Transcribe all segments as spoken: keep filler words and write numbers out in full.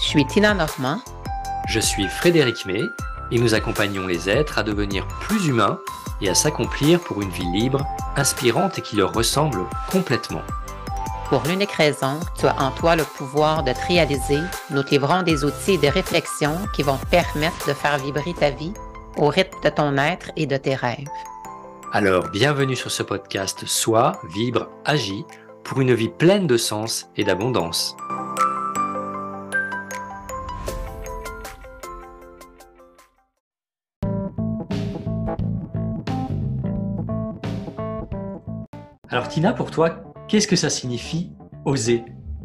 suis Tina Normand. Je suis Frédéric May et nous accompagnons les êtres à devenir plus humains et à s'accomplir pour une vie libre, inspirante et qui leur ressemble complètement. Pour l'unique raison, tu as en toi le pouvoir de te réaliser. Nous te livrons des outils et des réflexions qui vont te permettre de faire vibrer ta vie au rythme de ton être et de tes rêves. Alors, bienvenue sur ce podcast Sois, Vibre, Agis pour une vie pleine de sens et d'abondance. Alors Tina, pour toi, qu'est-ce que ça signifie oser?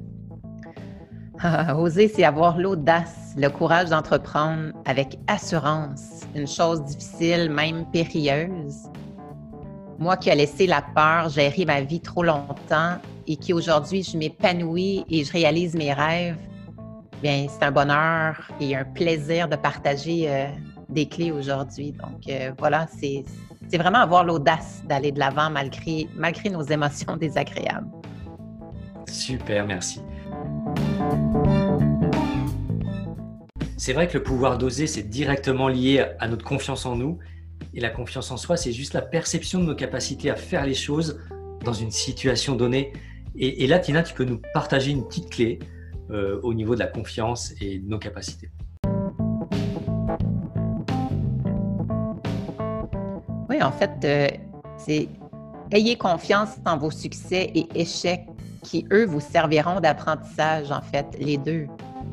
Ah, oser, c'est avoir l'audace, le courage d'entreprendre avec assurance une chose difficile, même périlleuse. Moi qui ai laissé la peur gérer ma vie trop longtemps et qui aujourd'hui je m'épanouis et je réalise mes rêves, bien c'est un bonheur et un plaisir de partager euh, des clés aujourd'hui. Donc euh, voilà, c'est, c'est vraiment avoir l'audace d'aller de l'avant malgré, malgré nos émotions désagréables. Super, merci. C'est vrai que le pouvoir d'oser, c'est directement lié à notre confiance en nous. Et la confiance en soi, c'est juste la perception de nos capacités à faire les choses dans une situation donnée. Et, et là, Tina, tu peux nous partager une petite clé euh, au niveau de la confiance et de nos capacités. Oui, en fait, euh, c'est ayez confiance en vos succès et échecs qui, eux, vous serviront d'apprentissage, en fait, les deux.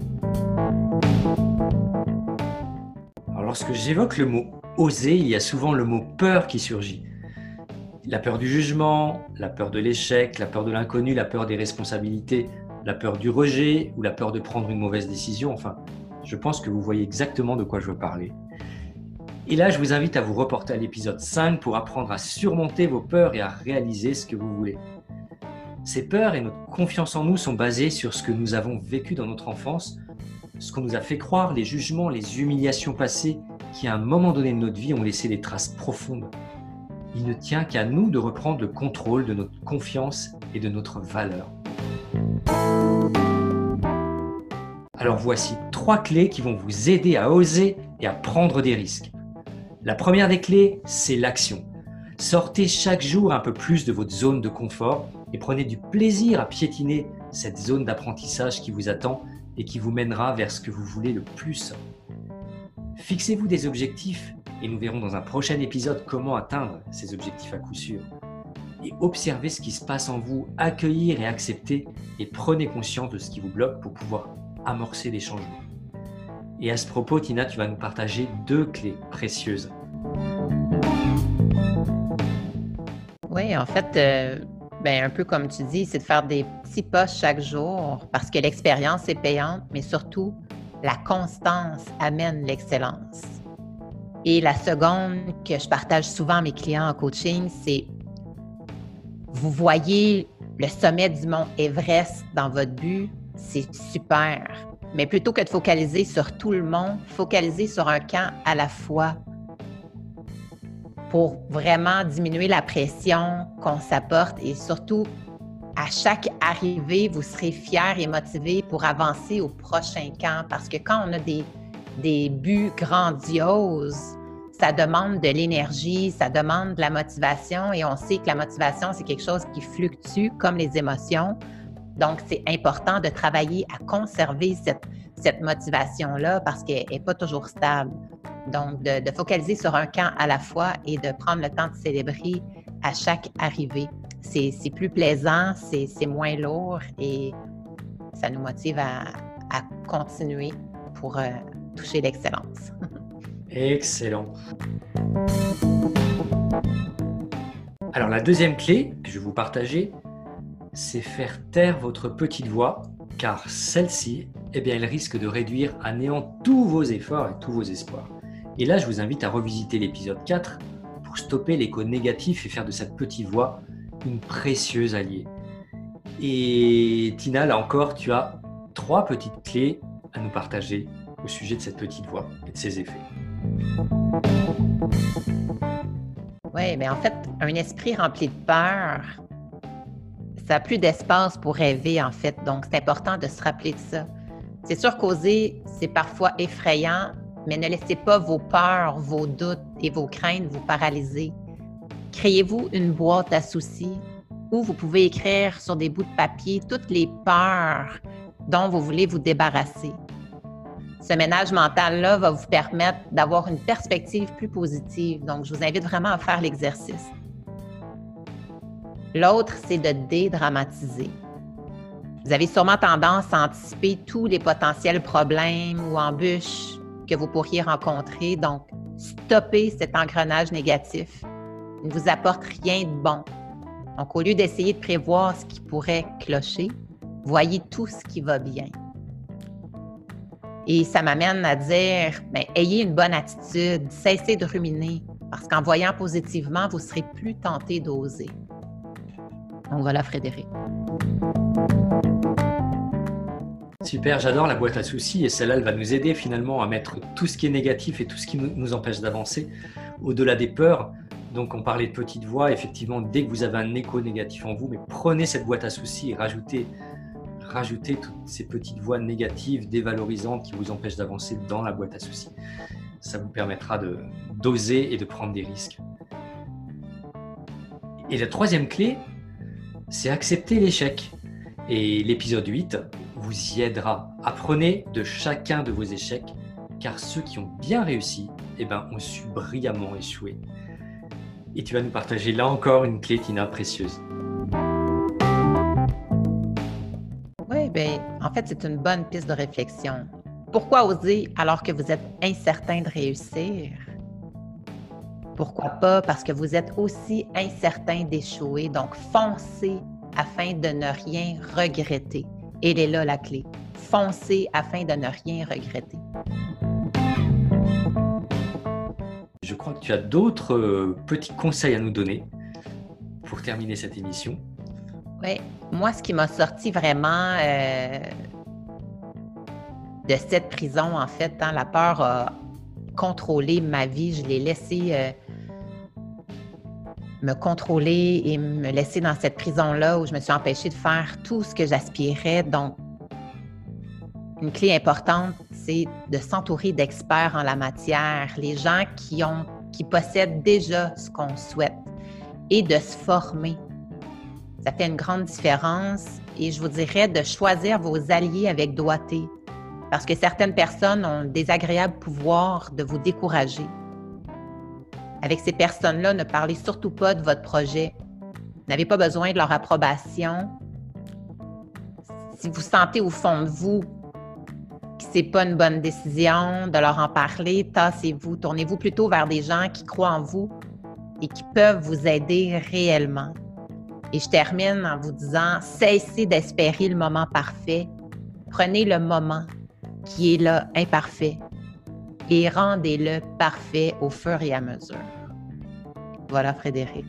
Alors, lorsque j'évoque le mot oser, il y a souvent le mot peur qui surgit. La peur du jugement, la peur de l'échec, la peur de l'inconnu, la peur des responsabilités, la peur du rejet ou la peur de prendre une mauvaise décision. Enfin, je pense que vous voyez exactement de quoi je veux parler. Et là, je vous invite à vous reporter à l'épisode cinq pour apprendre à surmonter vos peurs et à réaliser ce que vous voulez. Ces peurs et notre confiance en nous sont basées sur ce que nous avons vécu dans notre enfance, ce qu'on nous a fait croire, les jugements, les humiliations passées qui, à un moment donné de notre vie, ont laissé des traces profondes. Il ne tient qu'à nous de reprendre le contrôle de notre confiance et de notre valeur. Alors voici trois clés qui vont vous aider à oser et à prendre des risques. La première des clés, c'est l'action. Sortez chaque jour un peu plus de votre zone de confort et prenez du plaisir à piétiner cette zone d'apprentissage qui vous attend et qui vous mènera vers ce que vous voulez le plus. Fixez-vous des objectifs et nous verrons dans un prochain épisode comment atteindre ces objectifs à coup sûr. Et observez ce qui se passe en vous, accueillir et accepter et prenez conscience de ce qui vous bloque pour pouvoir amorcer des changements. Et à ce propos, Tina, tu vas nous partager deux clés précieuses. Oui, en fait, euh, ben, un peu comme tu dis, c'est de faire des petits pas chaque jour parce que l'expérience est payante, mais surtout, la constance amène l'excellence. Et la seconde que je partage souvent à mes clients en coaching, c'est vous voyez le sommet du mont Everest dans votre but, c'est super. Mais plutôt que de focaliser sur tout le monde, focalisez sur un camp à la fois pour vraiment diminuer la pression qu'on s'apporte et surtout, à chaque arrivée, vous serez fiers et motivés pour avancer au prochain camp parce que quand on a des, des buts grandioses, ça demande de l'énergie, ça demande de la motivation et on sait que la motivation, c'est quelque chose qui fluctue comme les émotions. Donc, c'est important de travailler à conserver cette, cette motivation-là parce qu'elle n'est pas toujours stable. Donc, de, de focaliser sur un camp à la fois et de prendre le temps de célébrer à chaque arrivée. C'est, c'est plus plaisant, c'est, c'est moins lourd et ça nous motive à, à continuer pour euh, toucher l'excellence. Excellent. Alors la deuxième clé que je vais vous partager, c'est faire taire votre petite voix, car celle-ci, eh bien, elle risque de réduire à néant tous vos efforts et tous vos espoirs. Et là, je vous invite à revisiter l'épisode quatre pour stopper l'écho négatif et faire de cette petite voix une précieuse alliée. Et Tina, là encore, tu as trois petites clés à nous partager au sujet de cette petite voix et de ses effets. Oui, mais en fait, un esprit rempli de peur, ça n'a plus d'espace pour rêver, en fait. Donc, c'est important de se rappeler de ça. C'est sûr qu'oser, c'est parfois effrayant, mais ne laissez pas vos peurs, vos doutes et vos craintes vous paralyser. Créez-vous une boîte à soucis où vous pouvez écrire sur des bouts de papier toutes les peurs dont vous voulez vous débarrasser. Ce ménage mental-là va vous permettre d'avoir une perspective plus positive. Donc, je vous invite vraiment à faire l'exercice. L'autre, c'est de dédramatiser. Vous avez sûrement tendance à anticiper tous les potentiels problèmes ou embûches que vous pourriez rencontrer. Donc, stoppez cet engrenage négatif. Il ne vous apporte rien de bon. Donc, au lieu d'essayer de prévoir ce qui pourrait clocher, voyez tout ce qui va bien. Et ça m'amène à dire, bien, ayez une bonne attitude, cessez de ruminer, parce qu'en voyant positivement, vous serez plus tenté d'oser. Donc voilà, Frédéric. Super, j'adore la boîte à soucis et celle-là, elle va nous aider finalement à mettre tout ce qui est négatif et tout ce qui nous empêche d'avancer au-delà des peurs. Donc on parlait de petite voix, effectivement, dès que vous avez un écho négatif en vous, mais prenez cette boîte à soucis et rajoutez, rajoutez toutes ces petites voix négatives, dévalorisantes qui vous empêchent d'avancer dans la boîte à soucis. Ça vous permettra de, d'oser et de prendre des risques. Et la troisième clé, c'est accepter l'échec. Et l'épisode huit vous y aidera. Apprenez de chacun de vos échecs, car ceux qui ont bien réussi, eh ben, ont su brillamment échouer. Et tu vas nous partager là encore une clé, Tina, précieuse. Oui, bien, en fait, c'est une bonne piste de réflexion. Pourquoi oser alors que vous êtes incertain de réussir? Pourquoi pas? Parce que vous êtes aussi incertain d'échouer. Donc, foncez afin de ne rien regretter. Elle est là la clé. Foncez afin de ne rien regretter. Je crois que tu as d'autres euh, petits conseils à nous donner pour terminer cette émission. Oui, moi, ce qui m'a sorti vraiment euh, de cette prison, en fait, hein, la peur a contrôlé ma vie. Je l'ai laissé euh, me contrôler et me laisser dans cette prison-là où je me suis empêchée de faire tout ce que j'aspirais. Donc, une clé importante, c'est de s'entourer d'experts en la matière, les gens qui ont, qui possèdent déjà ce qu'on souhaite et de se former. Ça fait une grande différence et je vous dirais de choisir vos alliés avec doigté parce que certaines personnes ont le désagréable pouvoir de vous décourager. Avec ces personnes-là, ne parlez surtout pas de votre projet. Vous n'avez pas besoin de leur approbation. Si vous sentez au fond de vous que ce n'est pas une bonne décision de leur en parler, tassez-vous. Tournez-vous plutôt vers des gens qui croient en vous et qui peuvent vous aider réellement. Et je termine en vous disant, cessez d'espérer le moment parfait. Prenez le moment qui est là, imparfait, et rendez-le parfait au fur et à mesure. Voilà, Frédéric.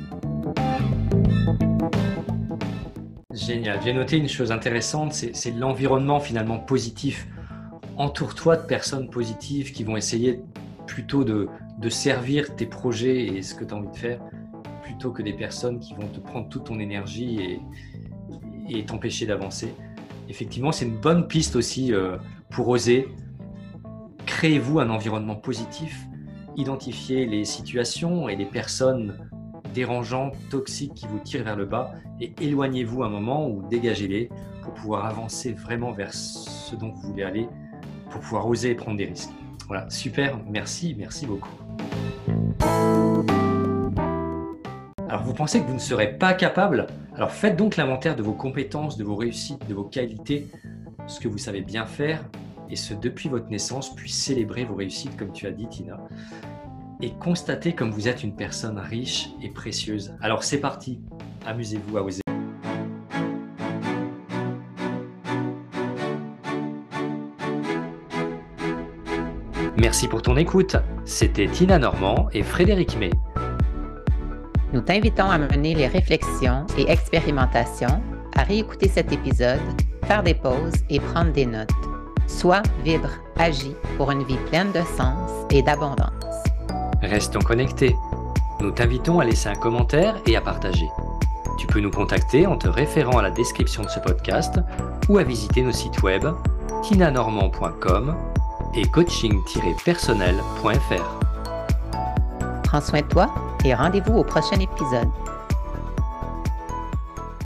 Génial. J'ai noté une chose intéressante, c'est, c'est l'environnement finalement positif. Entoure-toi de personnes positives qui vont essayer plutôt de, de servir tes projets et ce que tu as envie de faire, plutôt que des personnes qui vont te prendre toute ton énergie et, et t'empêcher d'avancer. Effectivement, c'est une bonne piste aussi euh, pour oser. Créez-vous un environnement positif, identifiez les situations et les personnes dérangeantes, toxiques qui vous tirent vers le bas et éloignez-vous un moment ou dégagez-les pour pouvoir avancer vraiment vers ce dont vous voulez aller, pour pouvoir oser et prendre des risques. Voilà, super, merci, merci beaucoup. Alors, vous pensez que vous ne serez pas capable? Alors, faites donc l'inventaire de vos compétences, de vos réussites, de vos qualités, ce que vous savez bien faire, et ce depuis votre naissance, puis célébrer vos réussites, comme tu as dit, Tina, et constatez comme vous êtes une personne riche et précieuse. Alors, c'est parti, amusez-vous à oser. Merci pour ton écoute. C'était Tina Normand et Frédéric May. Nous t'invitons à mener les réflexions et expérimentations, à réécouter cet épisode, faire des pauses et prendre des notes. Sois, vibre, agis pour une vie pleine de sens et d'abondance. Restons connectés. Nous t'invitons à laisser un commentaire et à partager. Tu peux nous contacter en te référant à la description de ce podcast ou à visiter nos sites web tinanormand point com et coaching tiret personnel point f r. Prends soin de toi et rendez-vous au prochain épisode.